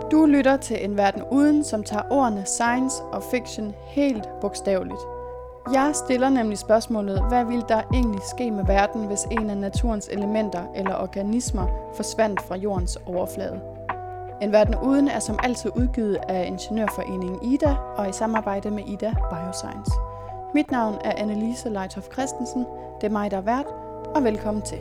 Du lytter til En Verden Uden, som tager ordene science og fiction helt bogstaveligt. Jeg stiller nemlig spørgsmålet, hvad ville der egentlig ske med verden, hvis en af naturens elementer eller organismer forsvandt fra jordens overflade? En Verden Uden er som altid udgivet af Ingeniørforeningen IDA og i samarbejde med IDA Bioscience. Mit navn er Annelise Leithoff Christensen. Det er mig, der er vært, og velkommen til.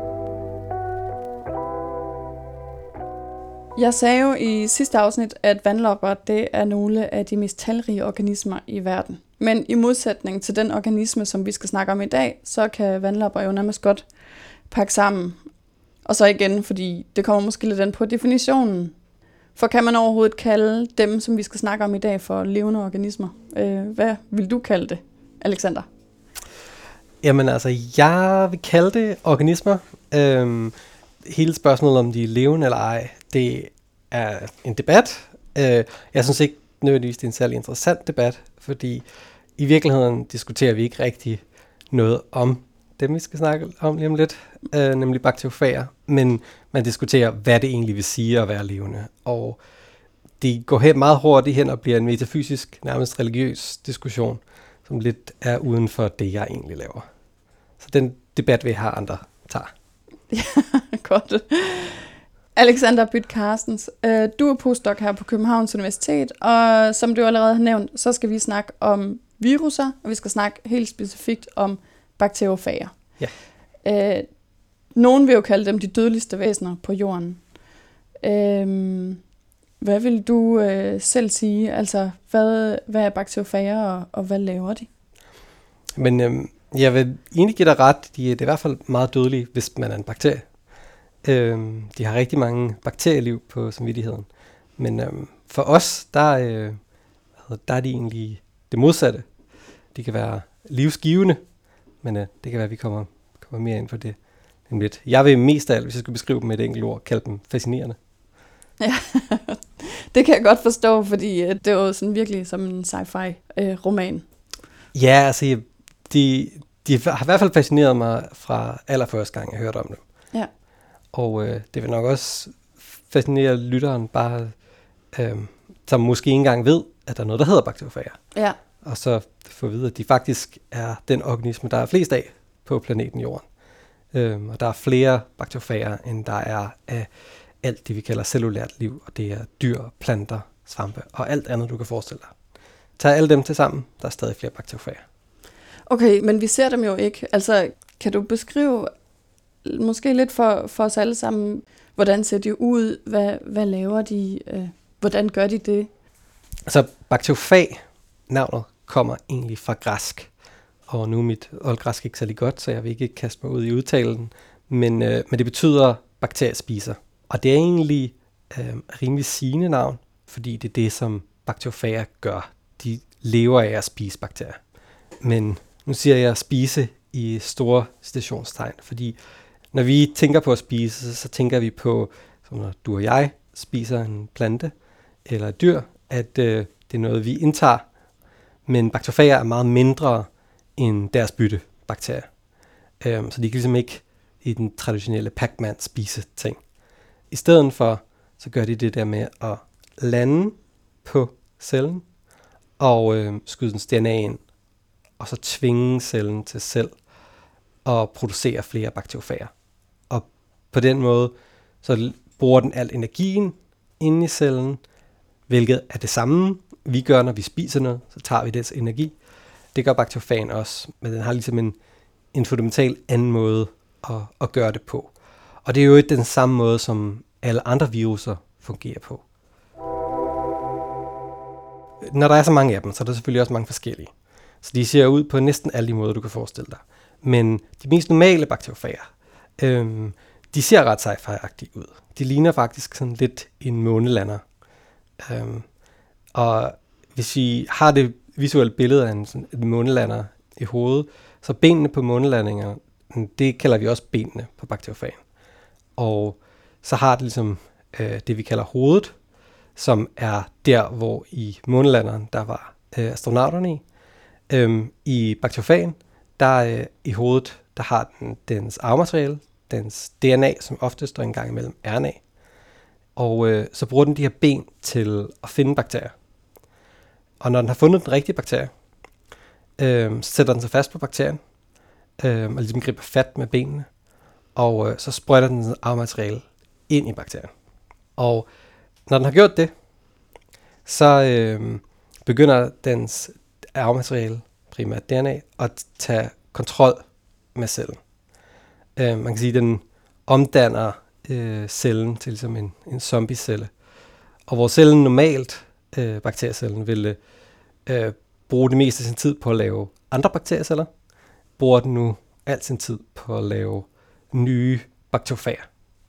Jeg sagde jo i sidste afsnit, at vandlopper det er nogle af de mest talrige organismer i verden. Men i modsætning til den organisme, som vi skal snakke om i dag, så kan vandlopper jo nærmest godt pakke sammen. Og så igen, fordi det kommer måske lidt an på definitionen. For kan man overhovedet kalde dem, som vi skal snakke om i dag, for levende organismer? Hvad vil du kalde det, Alexander? Jamen altså, jeg vil kalde det organismer. Hele spørgsmålet om de er levende eller ej, det er en debat. Jeg synes ikke nødvendigvis, det er en særlig interessant debat, fordi i virkeligheden diskuterer vi ikke rigtig noget om dem, vi skal snakke om lige om lidt, nemlig bakteriofager, men man diskuterer, hvad det egentlig vil sige at være levende. Og det går meget hurtigt hen og bliver en metafysisk, nærmest religiøs diskussion, som lidt er uden for det, jeg egentlig laver. Så den debat vil jeg have andre tager. Ja, godt. Alexander Byt Carstens, du er postdoc her på Københavns Universitet, og som du allerede har nævnt, så skal vi snakke om viruser, og vi skal snakke helt specifikt om bakteriofager. Ja. Nogen vil jo kalde dem de dødeligste væsener på jorden. Hvad vil du selv sige? Altså, hvad er bakteriofager, og hvad laver de? Men jeg vil egentlig give dig ret. De er i hvert fald meget dødelige, hvis man er en bakterie. De har rigtig mange bakterieliv på samvittigheden. Men for os, der er de egentlig det modsatte. De kan være livsgivende, men det kan være, at vi kommer mere ind på det. Jeg vil mest af alt, hvis jeg skulle beskrive dem med et enkelt ord, kalde dem fascinerende. Ja, det kan jeg godt forstå, fordi det er jo sådan virkelig som en sci-fi roman. Ja, altså de har i hvert fald fascineret mig fra allerførste gang, jeg hørte om dem. Ja. Og det vil nok også fascinere lytteren, bare som måske ikke engang ved, at der er noget, der hedder bakteriofager. Ja. Og så få at vide, at de faktisk er den organisme, der er flest af på planeten Jorden. Og der er flere bakteriofager, end der er af alt det, vi kalder cellulært liv. Og det er dyr, planter, svampe og alt andet, du kan forestille dig. Tag alle dem til sammen, der er stadig flere bakteriofager. Okay, men vi ser dem jo ikke. Altså, kan du beskrive måske lidt for os alle sammen, hvordan ser de ud? Hvad laver de? Hvordan gør de det? Altså, bakteriofag, navnet, kommer egentlig fra græsk. Og nu er mit oldgræsk ikke særlig godt, så jeg vil ikke kaste mig ud i udtalen. Men det betyder bakteriespiser. Og det er egentlig rimelig sigende navn, fordi det er det, som bakteriofager gør. De lever af at spise bakterier. Men nu siger jeg spise i store citationstegn, fordi når vi tænker på at spise, så tænker vi på, som når du og jeg spiser en plante eller et dyr, at det er noget, vi indtager. Men bakteriofager er meget mindre end deres bytte bakterier. Så de kan ligesom ikke i den traditionelle Pac-Man spise ting. I stedet for, så gør de det der med at lande på cellen og skyde dens DNA ind, og så tvinge cellen til selv at producere flere bakteriofager. Og på den måde, så bruger den al energien inde i cellen, hvilket er det samme, vi gør, når vi spiser noget, så tager vi dets energi. Det gør bakteriofagen også, men den har ligesom en fundamental anden måde at gøre det på. Og det er jo ikke den samme måde, som alle andre viruser fungerer på. Når der er så mange af dem, så er der selvfølgelig også mange forskellige. Så de ser ud på næsten alle de måder, du kan forestille dig. Men de mest normale bakteriofager, de ser ret sci-fi-agtige ud. De ligner faktisk sådan lidt en månelander. Og hvis vi har det visuelle billede af en månelander i hovedet, så benene på månelandinger, det kalder vi også benene på bakteriofagen. Og så har det ligesom det, vi kalder hovedet, som er der, hvor i månelanderen, der var astronauterne i. I bakteriofagen, der i hovedet, der har den dens arvemateriale, dens DNA, som oftest står en gang imellem RNA. Og så bruger den de her ben til at finde bakterier. Og når den har fundet den rigtige bakterie, så sætter den sig fast på bakterien, og ligesom griber fat med benene, og så sprøjter den arvemateriale ind i bakterien. Og når den har gjort det, så begynder dens arvemateriale, primært DNA, at tage kontrol med cellen. Man kan sige, at den omdanner cellen til ligesom en zombiecelle. Og hvor cellen normalt, bakteriecellen, ville bruge det meste af sin tid på at lave andre bakterieceller, bruger den nu al sin tid på at lave nye bakteriofager.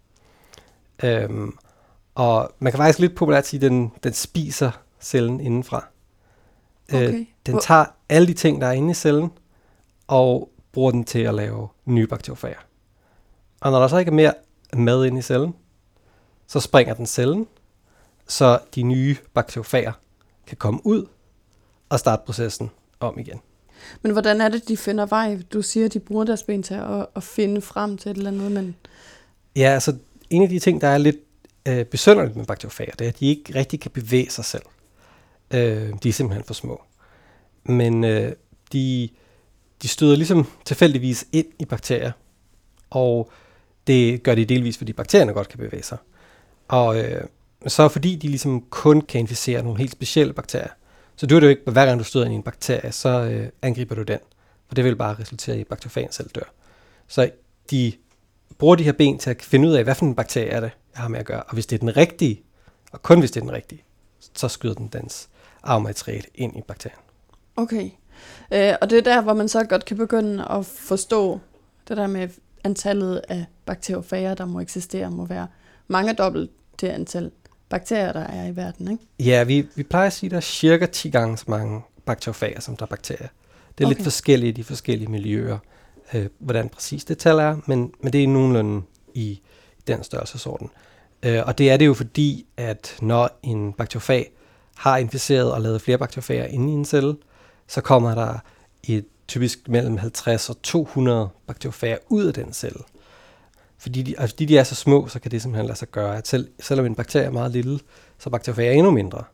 Og man kan faktisk lidt populært sige, at den spiser cellen indenfra. Okay. Den tager alle de ting, der er inde i cellen, og bruger den til at lave nye bakteriofager. Og når der så ikke er mere mad inde i cellen, så springer den cellen, så de nye bakteriofager kan komme ud og starte processen om igen. Men hvordan er det, de finder vej? Du siger, at de bruger deres ben til at finde frem til et eller andet, men... Ja, altså en af de ting, der er lidt besynderligt med bakteriofager, det er, at de ikke rigtig kan bevæge sig selv. De er simpelthen for små. Men de støder ligesom tilfældigvis ind i bakterier, og det gør de delvis, fordi bakterierne godt kan bevæge sig. Og så fordi de ligesom kun kan inficere nogle helt specielle bakterier, så det er jo ikke, hver gang du støder ind i en bakterie, så angriber du den. Og det vil bare resultere i, at bakteriofagen selv dør. Så de bruger de her ben til at finde ud af, hvad for en bakterie er det, jeg har med at gøre. Og hvis det er den rigtige, og kun hvis det er den rigtige, så skyder den dens arvemateriale ind i bakterien. Okay. Og det er der, hvor man så godt kan begynde at forstå det der med antallet af bakteriofager, der må eksistere, må være mangedobbelt det antal bakterier, der er i verden, ikke? Ja, vi plejer at sige, at der er cirka 10 gange så mange bakteriofager, som der er bakterier. Det er lidt forskellige i de forskellige miljøer, hvordan præcis det tal er, men det er nogenlunde i den størrelsesorden. Og det er det jo fordi, at når en bakteriofag har inficeret og lavet flere bakteriofager inde i en celle, så kommer der typisk mellem 50 og 200 bakteriofager ud af den celle. Fordi de er så små, så kan det simpelthen lade sig gøre, at selvom en bakterie er meget lille, så er bakteriofager endnu mindre.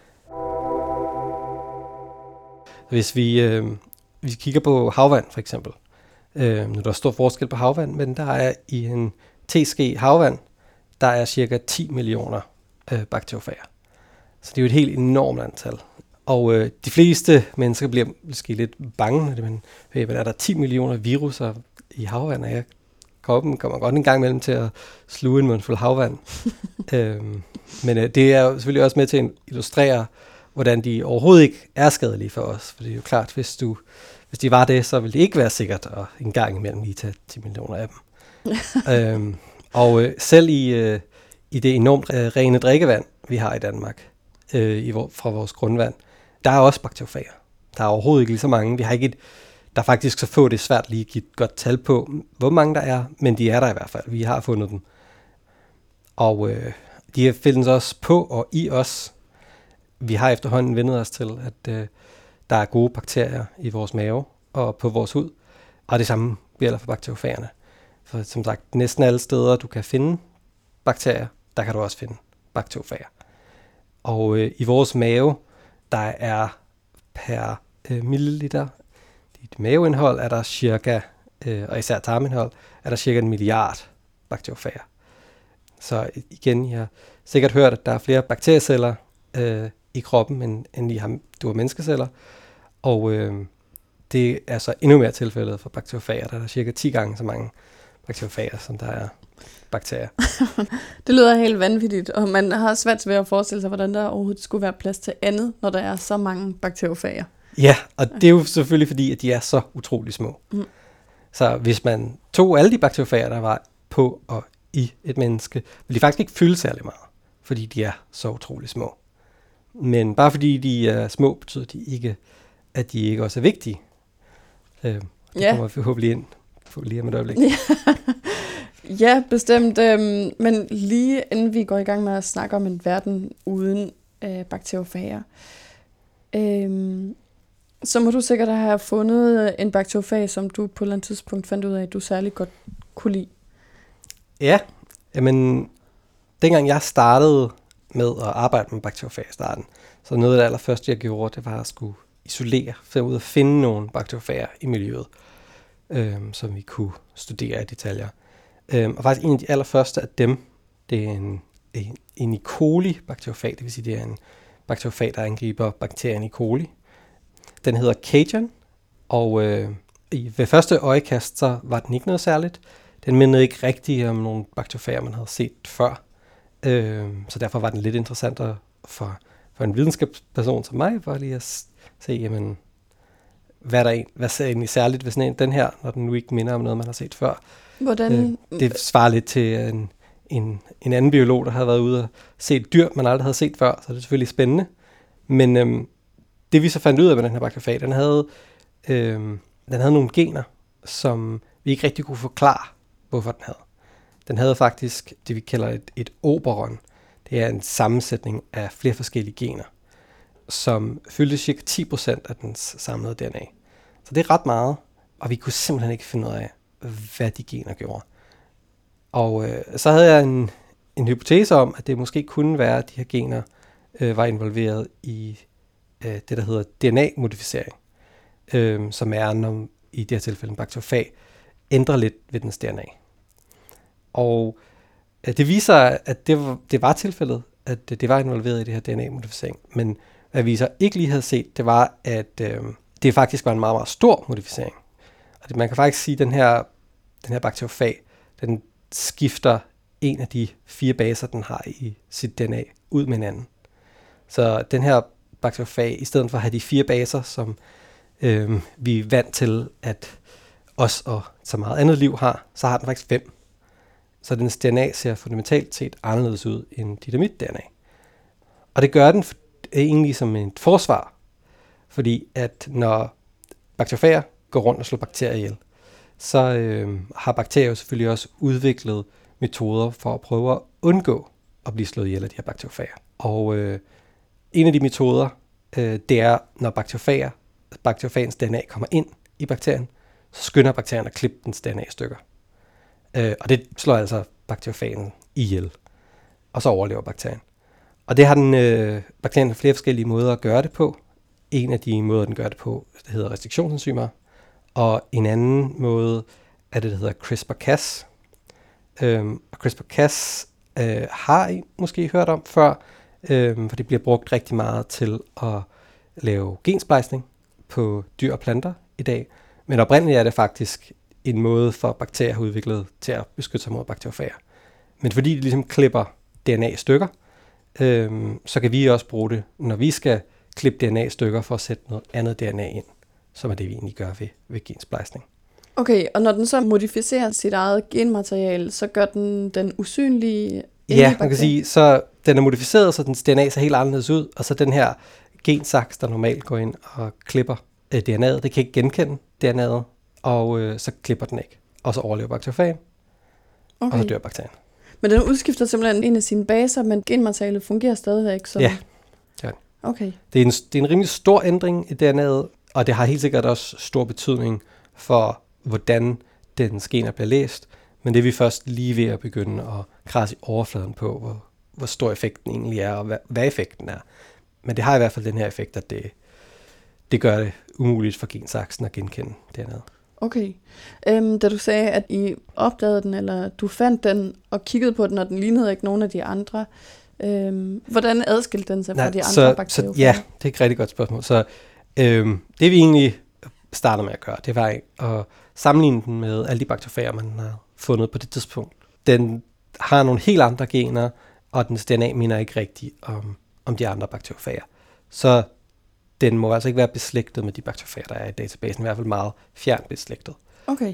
Hvis vi kigger på havvand for eksempel, nu der er stor forskel på havvand, men der er i en teske havvand, der er cirka 10 millioner bakteriofager. Så det er jo et helt enormt antal. Og de fleste mennesker bliver måske lidt bange, men er der 10 millioner viruser i havvand, og kroppen kommer godt en gang imellem til at sluge en mundfuld havvand. Men det er jo selvfølgelig også med til at illustrere, hvordan de overhovedet ikke er skadelige for os. For det er jo klart, hvis de var det, så ville det ikke være sikkert at en gang imellem lige tage 10 millioner af dem. Og selv i det enormt rene drikkevand, vi har i Danmark, fra vores grundvand, der er også bakteriofager. Der er overhovedet ikke lige så mange. Der er faktisk så få, det er svært lige at give et godt tal på, hvor mange der er, men de er der i hvert fald. Vi har fundet dem. Og de findes også på og i os. Vi har efterhånden vendet os til, at der er gode bakterier i vores mave og på vores hud. Og det samme gælder for bakteriofagerne. For som sagt, næsten alle steder, du kan finde bakterier, der kan du også finde bakteriofager. Og i vores mave, der er per milliliter dit maveindhold, er der cirka, og især tarmindhold, er der cirka 1 milliard bakteriofager. Så igen, jeg har sikkert hørt, at der er flere bakterieceller i kroppen, end du har menneskeceller. Og det er så endnu mere tilfældet for bakteriofager. Der er cirka 10 gange så mange bakteriofager, som der er bakterier. Det lyder helt vanvittigt, og man har svært ved at forestille sig, hvordan der overhovedet skulle være plads til andet, når der er så mange bakteriofager. Ja, og det er jo selvfølgelig fordi, at de er så utrolig små. Mm. Så hvis man tog alle de bakteriofager, der var på og i et menneske, ville de faktisk ikke fylde særlig meget, fordi de er så utrolig små. Men bare fordi de er små, betyder de ikke, at de ikke også er vigtige. Det kommer vi forhåbentlig ind på lige om et øjeblik. Ja, bestemt. Men lige inden vi går i gang med at snakke om en verden uden bakteriofager, så må du sikkert have fundet en bakteriofag, som du på et eller andet tidspunkt fandt ud af, at du særlig godt kunne lide. Ja, men dengang jeg startede med at arbejde med bakteriofag i starten, så noget af det allerførste, jeg gjorde, det var at skulle isolere, finde ud af at finde nogle bakteriofager i miljøet, som vi kunne studere i detaljer. Og faktisk en af de allerførste af dem, det er en E. coli bakteriofag, det vil sige, det er en bakteriofag, der angriber bakterien E. coli. Den hedder Cajun, og ved første øjekast, så var den ikke noget særligt. Den mindede ikke rigtig om nogle bakteriofager, man havde set før. Så derfor var den lidt interessant for en videnskabsperson som mig, for lige at se, jamen, hvad er egentlig særligt ved sådan den her, når den nu ikke minder om noget, man har set før. Hvordan? Det svarer lidt til en anden biolog, der havde været ude og set et dyr, man aldrig havde set før, så det er selvfølgelig spændende. Men det vi så fandt ud af med den her bakteriofag, den havde nogle gener, som vi ikke rigtig kunne forklare, hvorfor den havde. Den havde faktisk det, vi kalder et operon. Det er en sammensætning af flere forskellige gener, som fyldte cirka 10% af dens samlede DNA. Så det er ret meget, og vi kunne simpelthen ikke finde ud af, hvad de gener gjorde. Og så havde jeg en hypotese om, at det måske kunne være, at de her gener var involveret i det, der hedder DNA-modificering, som er, når i det her tilfælde en bakteriofag ændrer lidt ved dens DNA. Og det viser, at det var tilfældet, at det var involveret i det her DNA-modificering. Men hvad vi så ikke lige havde set, det var, at det faktisk var en meget, meget stor modificering. Og man kan faktisk sige, at den her bakteriofag, den skifter en af de 4 baser, den har i sit DNA, ud med en anden. Så den her bakteriofag, i stedet for at have de 4 baser, som vi er vant til, at os og så meget andet liv har, så har den faktisk 5. Så dens DNA ser fundamentalt set anderledes ud end dit og mit DNA. Og det gør den egentlig som et forsvar, fordi at når bakteriofager går rundt og slår bakterier ihjel, så har bakterier jo selvfølgelig også udviklet metoder for at prøve at undgå at blive slået ihjel af de her bakteriofager. Og en af de metoder, det er, når bakteriofagens DNA kommer ind i bakterien, så skynder bakterien at klippe dens DNA i stykker. Og det slår altså bakteriofagen ihjel, og så overlever bakterien. Og det har bakterien flere forskellige måder at gøre det på. En af de måder, den gør det på, det hedder restriktionsenzymer, og en anden måde er det, der hedder CRISPR-Cas. Og CRISPR-Cas har I måske hørt om før, for det bliver brugt rigtig meget til at lave gensplejsning på dyr og planter i dag. Men oprindeligt er det faktisk en måde for bakterier har udviklet til at beskytte sig mod bakteriofager. Men fordi det ligesom klipper DNA i stykker, så kan vi også bruge det, når vi skal klippe DNA i stykker for at sætte noget andet DNA ind, som er det, vi egentlig gør ved gensplejsning. Okay, og når den så modificerer sit eget genmateriale, så gør den usynlig. Ja, man kan sige, så den er modificeret, så dens DNA ser helt anderledes ud, og så den her gensaks, der normalt går ind og klipper DNA'et, det kan ikke genkende DNA'et, og så klipper den ikke. Og så overlever bakteriofagen, og så dør bakterien. Men den udskifter simpelthen en af sine baser, men genmaterialet fungerer stadigvæk? Så... Ja, det gør den. Okay. Det er en rimelig stor ændring i DNA'et, og det har helt sikkert også stor betydning for, hvordan dens gener bliver læst. Men det er vi først lige ved at begynde at krasse i overfladen på, hvor stor effekten egentlig er, og hvad effekten er. Men det har i hvert fald den her effekt, at det gør det umuligt for gensaksen at genkende DNA'et. Okay. Da du sagde, at I opdagede den, eller du fandt den og kiggede på den, og den lignede ikke nogen af de andre, hvordan adskilte den sig fra de andre bakterier? Ja, det er et rigtig godt spørgsmål. Så det vi egentlig starter med at gøre, det var at sammenligne den med alle de bakteriofager, man har fundet på det tidspunkt. Den har nogle helt andre gener, og dens DNA minder ikke rigtigt om de andre bakteriofager. Så den må altså ikke være beslægtet med de bakteriofager, der er i databasen, i hvert fald meget fjernt beslægtet. Okay.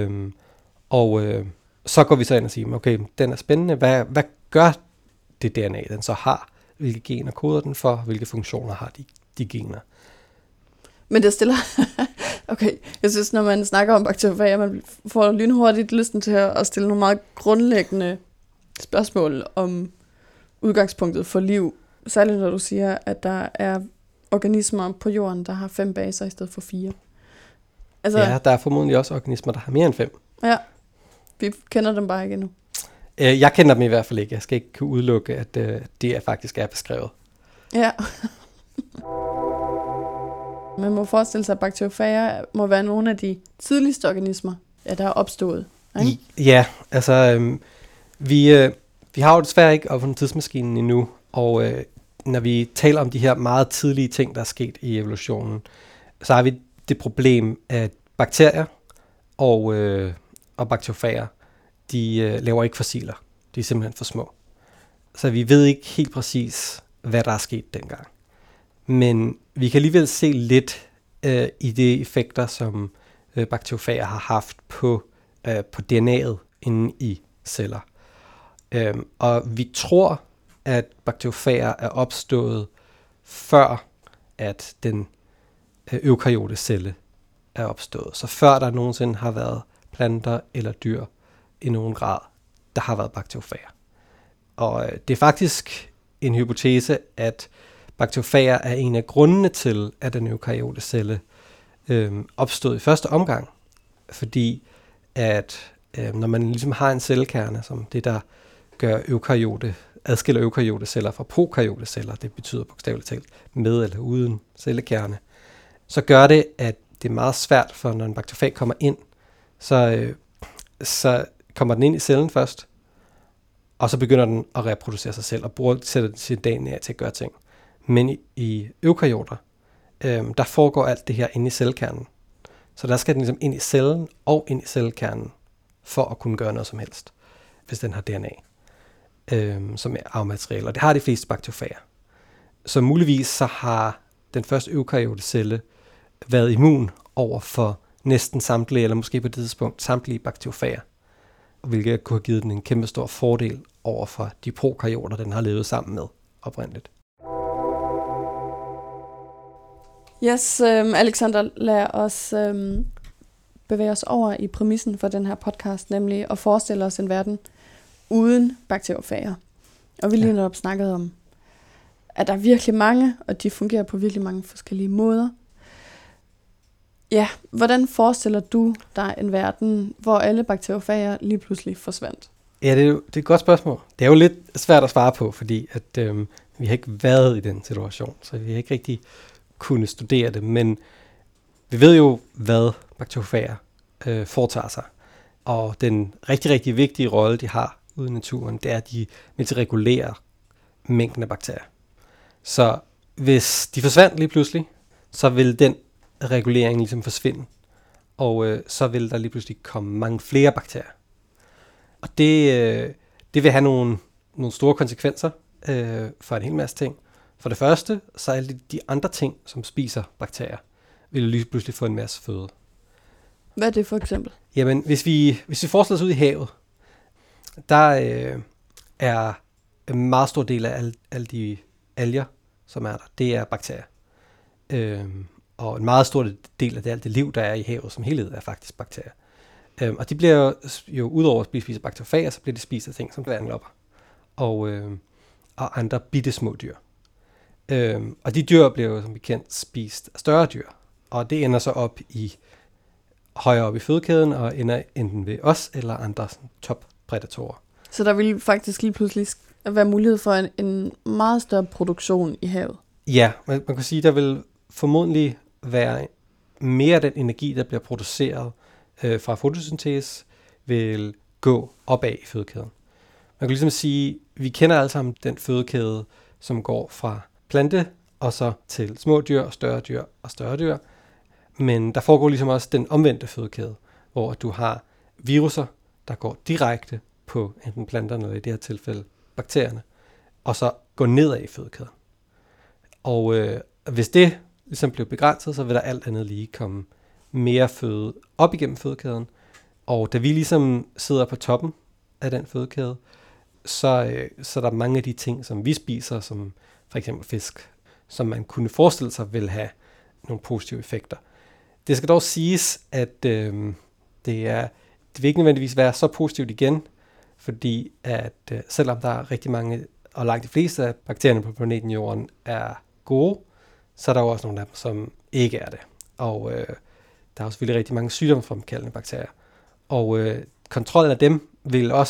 Så går vi så ind og siger, okay, den er spændende. Hvad gør det DNA, den så har? Hvilke gener koder den for? Hvilke funktioner har de gener? Men det stiller... Okay, jeg synes, når man snakker om bakteriofager, man får lynhurtigt lysten til at stille nogle meget grundlæggende spørgsmål om udgangspunktet for liv. Særligt når du siger, at der er organismer på jorden, der har 5 baser i stedet for 4. Altså, ja, der er formodentlig også organismer, der har mere end 5. Ja, vi kender dem bare ikke endnu. Jeg kender dem i hvert fald ikke. Jeg skal ikke kunne udelukke, at det faktisk er beskrevet. Ja. Man må forestille sig, at bakteriofager må være nogle af de tidligste organismer, der er opstået. Ikke? Ja, altså vi har jo desværre ikke opfundet tidsmaskinen endnu, og når vi taler om de her meget tidlige ting, der er sket i evolutionen, så har vi det problem, at bakterier og bakteriofager, de laver ikke fossiler. De er simpelthen for små. Så vi ved ikke helt præcis, hvad der er sket dengang. Men vi kan alligevel se lidt i de effekter, som bakteriofager har haft på DNA'et inde i celler. Og vi tror, at bakteriofager er opstået før, at den eukaryote celle er opstået. Så før der nogensinde har været planter eller dyr i nogen grad, der har været bakteriofager. Og det er faktisk en hypotese, at bakteriofager er en af grundene til, at den eukaryote celle opstod i første omgang. Fordi at når man ligesom har en cellekerne, som det der gør adskiller eukaryote celler fra prokaryote celler, det betyder bogstaveligt talt med eller uden cellekerne, så gør det, at det er meget svært, for når en bakteriofag kommer ind, så kommer den ind i cellen først, og så begynder den at reproducere sig selv, og sætter sin DNA til at gøre ting. Men i eukaryoter, der foregår alt det her inde i cellekernen. Så der skal den ligesom ind i cellen og ind i cellekernen, for at kunne gøre noget som helst, hvis den har DNA, som er arvemateriale. Og det har de fleste bakteriofager. Så muligvis så har den første eukaryote celle været immun over for næsten samtlige, eller måske på det tidspunkt samtlige bakteriofager, hvilket kunne have givet den en kæmpe stor fordel over for de prokaryoter, den har levet sammen med oprindeligt. Yes, Alexander, lad os bevæge os over i præmissen for den her podcast, nemlig at forestille os en verden uden bakteriofager. Og vi lige netop snakket om, at der er virkelig mange, og de fungerer på virkelig mange forskellige måder. Ja, hvordan forestiller du dig en verden, hvor alle bakteriofager lige pludselig forsvandt? Ja, det er et godt spørgsmål. Det er jo lidt svært at svare på, fordi at, vi har ikke været i den situation, så vi har ikke rigtig kunne studere det, men vi ved jo, hvad bakteriofager foretager sig. Og den rigtig, rigtig vigtige rolle, de har ude i naturen, det er, at de vil regulere mængden af bakterier. Så hvis de forsvandt lige pludselig, så vil den regulering ligesom forsvinde, og så vil der lige pludselig komme mange flere bakterier. Og det vil have nogle store konsekvenser for en hel masse ting. For det første, så er alle de andre ting, som spiser bakterier, vil lige pludselig få en masse føde. Hvad er det for eksempel? Jamen, hvis vi forestiller os ud i havet, der er en meget stor del af alle de alger, som er der, det er bakterier. Og en meget stor del af alt det liv, der er i havet som helhed, er faktisk bakterier. Og de bliver jo udover at spise bakteriofager, så bliver de spist af ting som vandlopper og andre bitte små dyr. Og de dyr bliver jo som bekendt spist af større dyr, og det ender så op i højere op i fødekæden og ender enten ved os eller andre toppredatorer. Så der vil faktisk lige pludselig være mulighed for en meget større produktion i havet? Ja, man kan sige, der vil formodentlig være mere af den energi, der bliver produceret fra fotosyntese, vil gå opad i fødekæden. Man kan ligesom sige, vi kender alle sammen den fødekæde, som går fra plante og så til små dyr og større dyr og større dyr. Men der foregår ligesom også den omvendte fødekæde, hvor du har viruser, der går direkte på enten planterne eller i det her tilfælde bakterierne, og så går nedad i fødekæden. Og hvis det ligesom bliver begrænset, så vil der alt andet lige komme mere føde op igennem fødekæden. Og da vi ligesom sidder på toppen af den fødekæde, så er der mange af de ting, som vi spiser, som for eksempel fisk, som man kunne forestille sig vil have nogle positive effekter. Det skal dog siges, at det vil ikke nødvendigvis være så positivt igen, fordi at selvom der er rigtig mange, og langt de fleste af bakterierne på planeten Jorden er gode, så er der også nogle af dem, som ikke er det. Og der er jo selvfølgelig rigtig mange sygdomsfremkaldende bakterier. Og kontrollen af dem vil også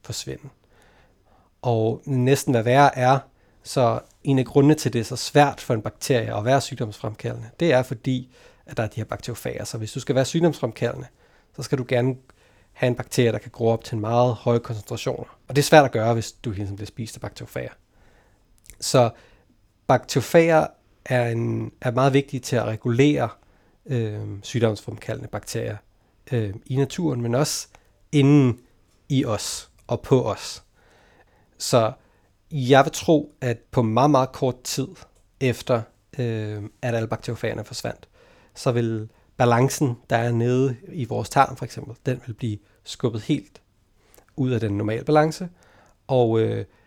forsvinde. Og næsten hvad værre er, så en af grundene til, det er så svært for en bakterie at være sygdomsfremkaldende, det er fordi, at der er de her bakteriofager. Så hvis du skal være sygdomsfremkaldende, så skal du gerne have en bakterie, der kan gro op til en meget høje koncentrationer. Og det er svært at gøre, hvis du hele tiden bliver spist af bakteriofager. Så bakteriofager er meget vigtige til at regulere sygdomsfremkaldende bakterier i naturen, men også inden i os og på os. Så jeg vil tro, at på meget, meget kort tid efter, at alle bakteriofagerne forsvandt, så vil balancen, der er nede i vores tarm for eksempel, den vil blive skubbet helt ud af den normale balance, og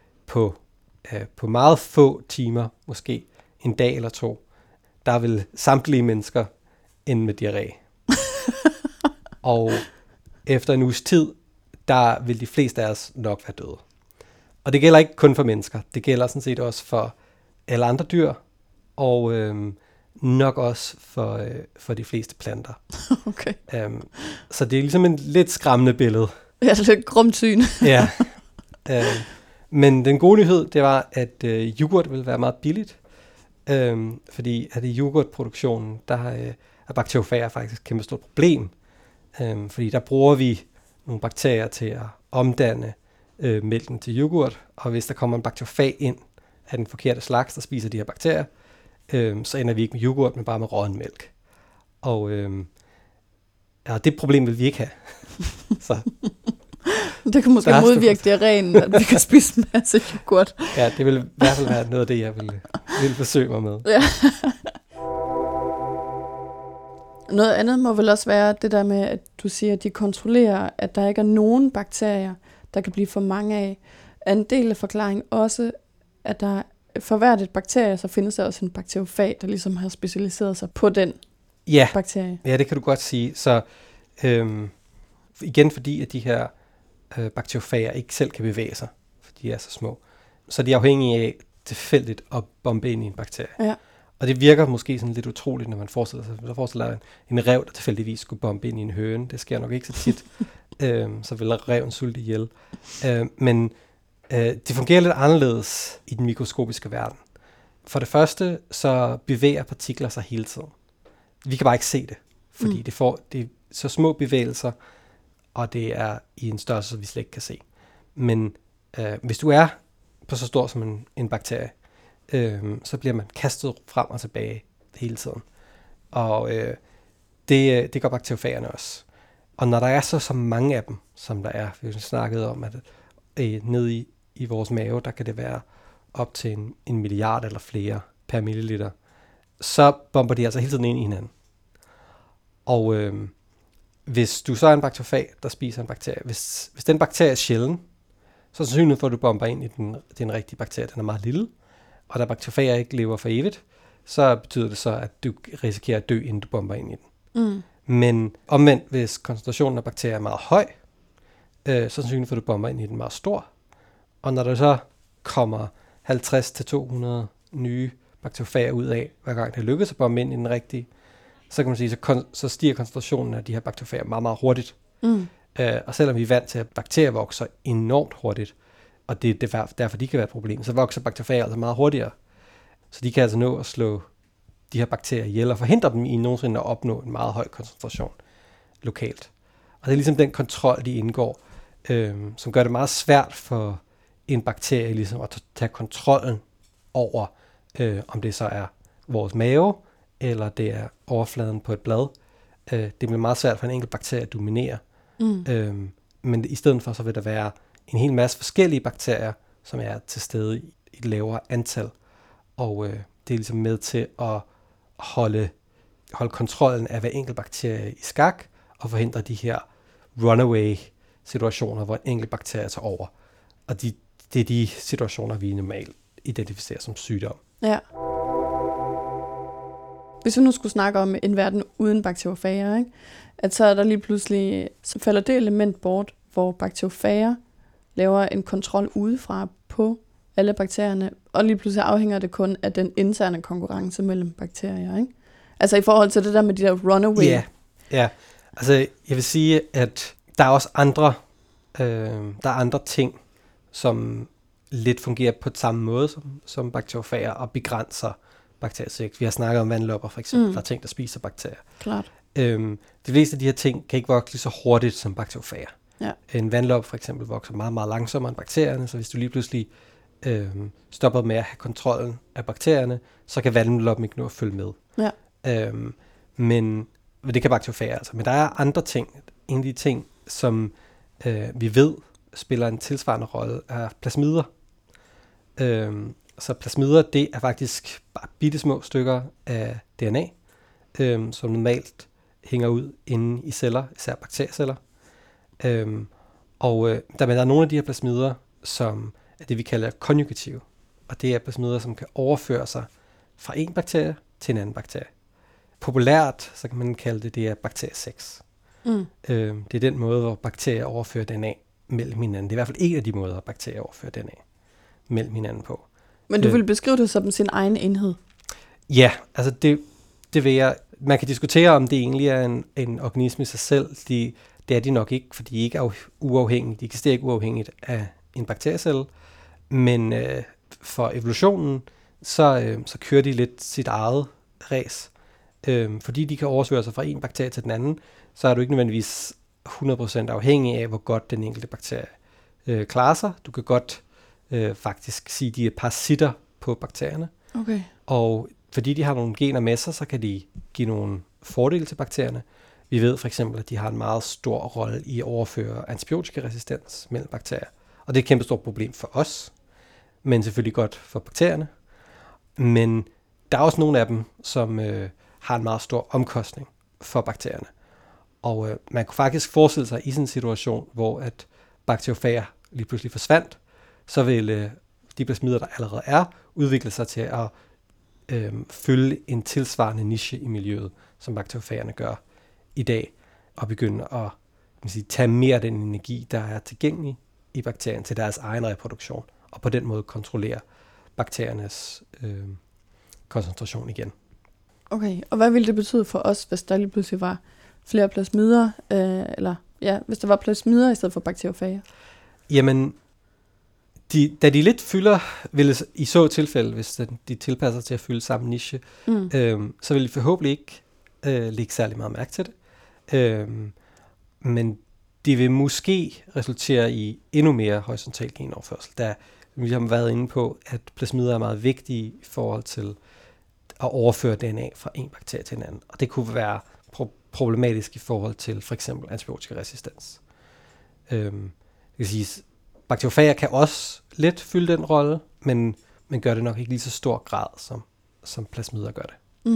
på meget få timer, måske en dag eller to, der vil samtlige mennesker ende med diarré. Og efter en uges tid, der vil de fleste af os nok være døde. Og det gælder ikke kun for mennesker, det gælder sådan set også for alle andre dyr, og nok også for de fleste planter. Okay. Så det er ligesom en lidt skræmmende billede. Ja, det er lidt grumt syn. Ja. Men den gode nyhed, det var, at yoghurt vil være meget billigt, fordi at i yoghurtproduktionen, der er bakteriofager faktisk et kæmpe stort problem, fordi der bruger vi nogle bakterier til at omdanne mælken til yoghurt, og hvis der kommer en bakteriofag ind af den forkerte slags, der spiser de her bakterier, så ender vi ikke med yoghurt, men bare med rådden mælk. Og det problem vil vi ikke have. Så det kan måske modvirke diarréen, at vi kan spise en masse yoghurt. Ja, det vil i hvert fald være noget af det, jeg vil forsøge mig med. Ja. Noget andet må vel også være det der med, at du siger, at de kontrollerer, at der ikke er nogen bakterier, der kan blive for mange af. Er en del af forklaringen også, at der for hvert et bakterie, så findes der også en bakteriofag, der ligesom har specialiseret sig på den bakterie. Ja, det kan du godt sige. Så igen fordi, at de her bakteriofager ikke selv kan bevæge sig, fordi de er så små, så de er afhængige af tilfældigt at bombe ind i en bakterie. Ja. Og det virker måske sådan lidt utroligt, når man forestiller en ræv, der tilfældigvis skulle bombe ind i en høne. Det sker nok ikke så tit. Så vil ræven sulte ihjel. Men det fungerer lidt anderledes i den mikroskopiske verden. For det første, så bevæger partikler sig hele tiden. Vi kan bare ikke se det, fordi det er så små bevægelser, og det er i en størrelse, som vi slet ikke kan se. Men hvis du er på så stor som en bakterie, så bliver man kastet frem og tilbage hele tiden. Og det gør bakteriofagerne også. Og når der er så mange af dem, som der er, vi har snakket om, at nede i vores mave, der kan det være op til en milliard eller flere per milliliter, så bomber de altså hele tiden ind i hinanden. Og hvis du så er en bakteriofag, der spiser en bakterie, hvis den bakterie er sjælden, så er sandsynligheden for, at du bomber ind i den rigtige bakterie, den er meget lille. Og da bakteriofager ikke lever for evigt, så betyder det så, at du risikerer at dø, inden du bomber ind i den. Men omvendt, hvis koncentrationen af bakterier er meget høj, så er sandsynligheden for, at du bomber ind i den meget stor. Og når der så kommer 50-200 nye bakteriofager ud af, hver gang det lykkes at bombe ind i den rigtige, så kan man sige, så stiger koncentrationen af de her bakteriofager meget, meget hurtigt. Og selvom vi er vant til, at bakterier vokser enormt hurtigt, og det er derfor, de kan være et problem, så vokser bakteriofager altså meget hurtigere. Så de kan altså nå at slå de her bakterier ihjel og forhindre dem i nogensinde at opnå en meget høj koncentration lokalt. Og det er ligesom den kontrol, de indgår, som gør det meget svært for en bakterie ligesom at tage kontrollen over, om det så er vores mave, eller det er overfladen på et blad. Det bliver meget svært for en enkelt bakterie at dominere. Men i stedet for, så vil der være en hel masse forskellige bakterier, som er til stede i et lavere antal. Og det er ligesom med til at holde kontrollen af hver enkelt bakterie i skak, og forhindre de her runaway-situationer, hvor en enkelt bakterie tager over. Og det er de situationer, vi normalt identificerer som sygdom. Ja. Hvis vi nu skulle snakke om en verden uden bakteriofager, ikke? At så er der lige pludselig, så falder det element bort, hvor bakteriofager laver en kontrol udefra på alle bakterierne, og lige pludselig afhænger det kun af den interne konkurrence mellem bakterier, ikke? Altså i forhold til det der med de der runaway. Ja. Altså jeg vil sige, at der er også andre Der er andre ting, som lidt fungerer på samme måde som bakteriofager og begrænser bakteriers vækst. Vi har snakket om vandlopper for eksempel, der er ting, der spiser bakterier. Klart. De fleste af de her ting kan ikke vokse lige så hurtigt som bakteriofager. Ja. En vandlopper for eksempel vokser meget, meget langsommere end bakterierne, så hvis du lige pludselig stopper med at have kontrollen af bakterierne, så kan vandloppen ikke nå at følge med. Ja. Men det kan bakteriofager altså. Men der er andre ting. En af de ting, som vi ved spiller en tilsvarende rolle, er plasmider. Så plasmider, det er faktisk bare bittesmå stykker af DNA, som normalt hænger ud inde i celler, især bakterieceller. Der er nogle af de her plasmider, som er det, vi kalder konjugative. Og det er plasmider, som kan overføre sig fra en bakterie til en anden bakterie. Populært, så kan man kalde det er bakteriesex. Det er den måde, hvor bakterier overfører DNA mellem hinanden. Det er i hvert fald en af de måder, bakterier overfører DNA mellem hinanden på. Men du vil beskrive det som sin egen enhed? Ja, altså det vil jeg. Man kan diskutere, om det egentlig er en organisme i sig selv. Det er de nok ikke, for de er ikke uafhængige. De eksisterer ikke uafhængigt af en bakteriecelle. Men for evolutionen, så kører de lidt sit eget ræs. Fordi de kan overføre sig fra en bakterie til den anden, så er du ikke nødvendigvis 100% afhængig af, hvor godt den enkelte bakterie klarer sig. Du kan godt faktisk sige, at de er parasitter på bakterierne. Okay. Og fordi de har nogle gener med sig, så kan de give nogle fordele til bakterierne. Vi ved for eksempel, at de har en meget stor rolle i at overføre antibiotikaresistens mellem bakterier. Og det er et kæmpe stort problem for os, men selvfølgelig godt for bakterierne. Men der er også nogle af dem, som har en meget stor omkostning for bakterierne. Og man kunne faktisk forestille sig i sådan en situation, hvor at bakteriofager lige pludselig forsvandt, så vil de plasmider, der allerede er, udvikle sig til at fylde en tilsvarende niche i miljøet, som bakteriofagerne gør i dag, og begynde at tage mere af den energi, der er tilgængelig i bakterien til deres egen reproduktion, og på den måde kontrollere bakteriernes koncentration igen. Okay, og hvad ville det betyde for os, hvis der lige pludselig var flere plasmider, hvis der var plasmider i stedet for bakteriofager? Jamen, da de lidt fylder, i så tilfælde, hvis de tilpasser til at fylde samme niche, så vil de forhåbentlig ikke lægge særlig meget mærke til det. Men det vil måske resultere i endnu mere horisontal genoverførsel, da vi har været inde på, at plasmider er meget vigtige i forhold til at overføre DNA fra en bakterie til en anden. Og det kunne være problematisk i forhold til for eksempel antibiotikaresistens. Det vil sige, bakteriofager kan også let fylde den rolle, men gør det nok ikke lige så stor grad, som plasmider gør det.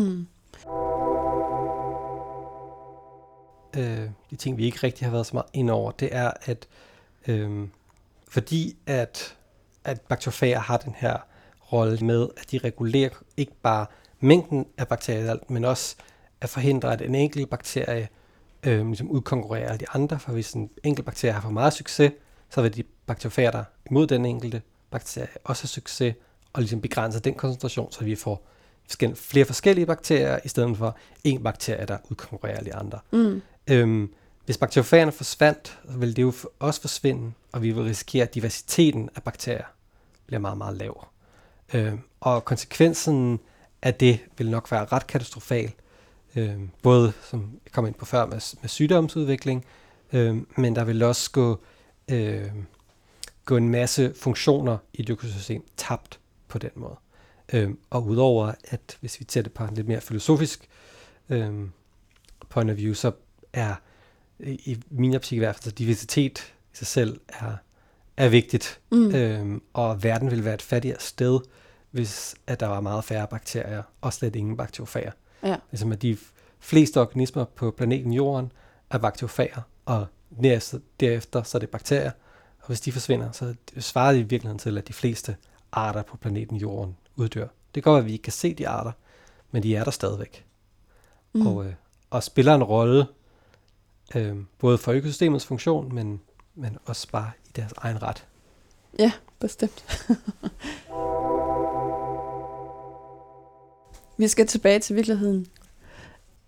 De ting, vi ikke rigtig har været så meget ind over, det er, at fordi at bakteriofager har den her rolle med, at de regulerer ikke bare mængden af bakterier, men også at forhindre, at en enkelt bakterie udkonkurrerer alle de andre. For hvis en enkelt bakterie har for meget succes, så vil de bakteriofager, der imod den enkelte bakterie, også have succes og ligesom begrænse den koncentration, så vi får flere forskellige bakterier, i stedet for en bakterie, der udkonkurrerer alle de andre. Hvis bakteriofagerne forsvandt, så vil det jo også forsvinde, og vi vil risikere, at diversiteten af bakterier bliver meget, meget lav. Og konsekvensen af det vil nok være ret katastrofal, både som jeg kom ind på før med sygdomsudvikling, men der vil også gå en masse funktioner i et økosystem tabt på den måde. Og udover at, hvis vi tager det på en lidt mere filosofisk point of view, så er i min optik i hvert fald, så diversitet i sig selv er vigtigt. Og verden vil være et fattigere sted, hvis at der var meget færre bakterier, og slet ingen bakteriofager. Ja. Ligesom at de fleste organismer på planeten Jorden er bakteriofager, og derefter så er det bakterier. Og hvis de forsvinder, så svarer det i virkeligheden til, at de fleste arter på planeten Jorden uddør. Det går, at vi ikke kan se de arter, men de er der stadigvæk. Og spiller en rolle, både for økosystemets funktion, men også bare i deres egen ret. Ja, bestemt. Vi skal tilbage til virkeligheden.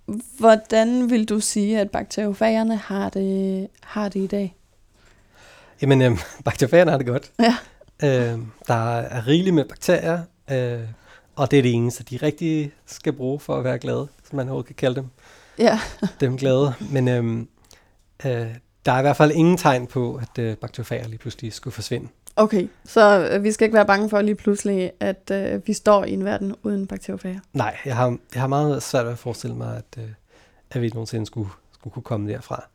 Hvordan vil du sige, at bakteriofagerne har det i dag? Jamen, bakteriofagerne har det godt. Ja. Der er rigeligt med bakterier, og det er det eneste, de rigtig skal bruge for at være glade, som man overhovedet kan kalde dem. Ja. Dem glade. Men der er i hvert fald ingen tegn på, at bakteriofager lige pludselig skulle forsvinde. Okay, så vi skal ikke være bange for lige pludselig, at vi står i en verden uden bakteriofager. Nej, jeg har meget svært ved at forestille mig, at vi nogensinde skulle kunne komme derfra.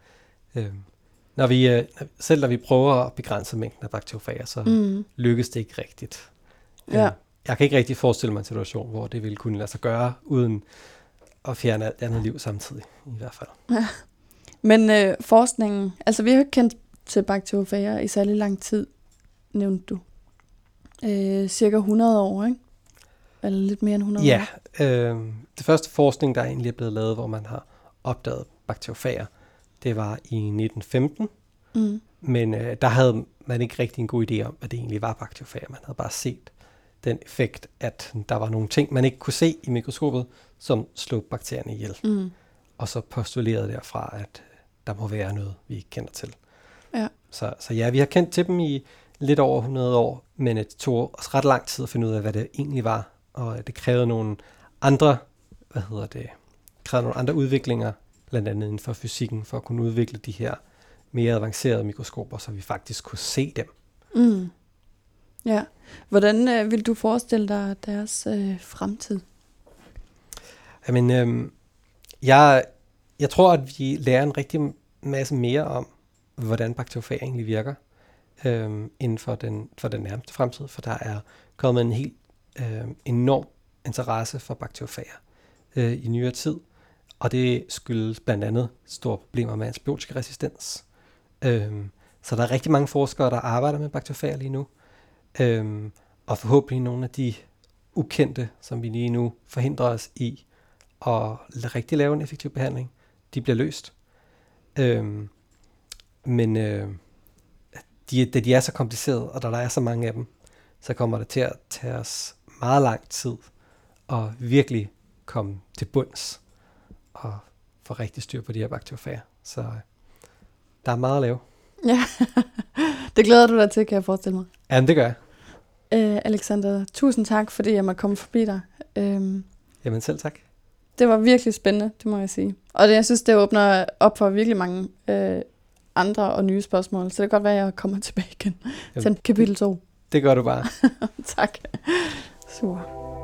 Selv når vi prøver at begrænse mængden af bakteriofager, så lykkes det ikke rigtigt. Ja. Jeg kan ikke rigtig forestille mig en situation, hvor det ville kunne lade sig gøre, uden at fjerne alt andet liv samtidig, i hvert fald. Ja. Men forskningen, altså vi har ikke kendt til bakteriofager i særlig lang tid, nævnte du. Cirka 100 år, ikke? Eller lidt mere end 100 år. Ja, det første forskning, der egentlig er blevet lavet, hvor man har opdaget bakteriofager, det var i 1915. Men der havde man ikke rigtig en god idé om, hvad det egentlig var bakteriofager. Man havde bare set den effekt, at der var nogle ting, man ikke kunne se i mikroskopet, som slog bakterierne ihjel. Og så postulerede derfra, at der må være noget, vi ikke kender til. Ja. Så ja, vi har kendt til dem i lidt over 100 år, men det tog os ret lang tid at finde ud af, hvad det egentlig var. Og det krævede nogle andre, nogle andre udviklinger, blandt andet inden for fysikken, for at kunne udvikle de her mere avancerede mikroskoper, så vi faktisk kunne se dem. Ja. Hvordan vil du forestille dig deres fremtid? Jamen, jeg tror, at vi lærer en rigtig masse mere om, hvordan bakteriofager egentlig virker inden for den nærmeste fremtid, for der er kommet en helt enorm interesse for bakteriofager i nyere tid, og det skyldes blandt andet store problemer med antibiotikaresistens. Så der er rigtig mange forskere, der arbejder med bakteriofager lige nu, og forhåbentlig nogle af de ukendte, som vi lige nu forhindrer os i at rigtig lave en effektiv behandling, de bliver løst. Men da de er så komplicerede, og da der er så mange af dem, så kommer det til at tage os meget lang tid at virkelig komme til bunds og få rigtig styr på de her bakteriofager. Så der er meget at lave. Ja, det glæder du dig til, kan jeg forestille mig. Jamen, det gør jeg. Alexander, tusind tak, fordi jeg måtte komme forbi dig. Jamen, selv tak. Det var virkelig spændende, det må jeg sige. Og jeg synes, det åbner op for virkelig mange andre og nye spørgsmål. Så det kan godt være, at jeg kommer tilbage igen til kapitel 2. Det gør du bare. Tak. Super.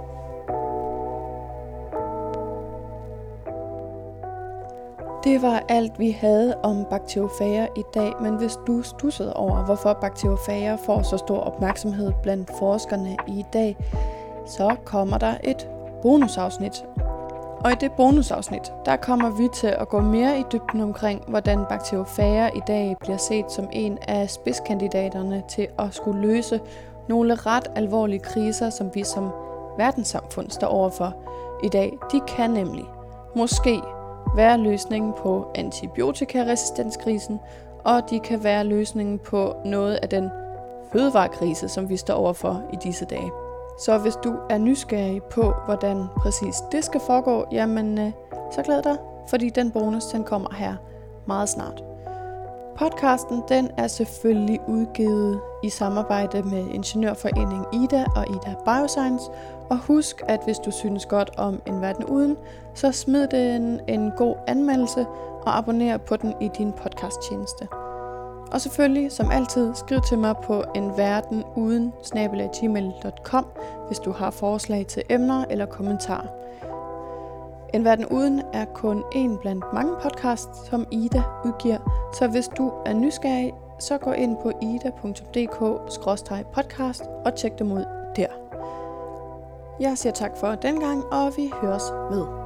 Det var alt, vi havde om bakteriofager i dag, men hvis du stussede over, hvorfor bakteriofager får så stor opmærksomhed blandt forskerne i dag, så kommer der et bonusafsnit. Og i det bonusafsnit, der kommer vi til at gå mere i dybden omkring, hvordan bakteriofager i dag bliver set som en af spidskandidaterne til at skulle løse nogle ret alvorlige kriser, som vi som verdenssamfund står overfor i dag. De kan nemlig måske være løsningen på antibiotikaresistenskrisen, og de kan være løsningen på noget af den fødevarekrise, som vi står overfor i disse dage. Så hvis du er nysgerrig på, hvordan præcis det skal foregå, jamen så glæd dig, fordi den bonus, den kommer her meget snart. Podcasten, den er selvfølgelig udgivet i samarbejde med Ingeniørforeningen IDA og IDA Bioscience. Og husk, at hvis du synes godt om En Verden Uden, så smid den en god anmeldelse og abonner på den i din podcasttjeneste. Og selvfølgelig, som altid, skriv til mig på enverdenuden@gmail.com, hvis du har forslag til emner eller kommentarer. En Verden Uden er kun en blandt mange podcasts, som Ida udgiver, så hvis du er nysgerrig, så gå ind på ida.dk/podcast og tjek dem ud der. Jeg siger tak for den gang, og vi høres ved.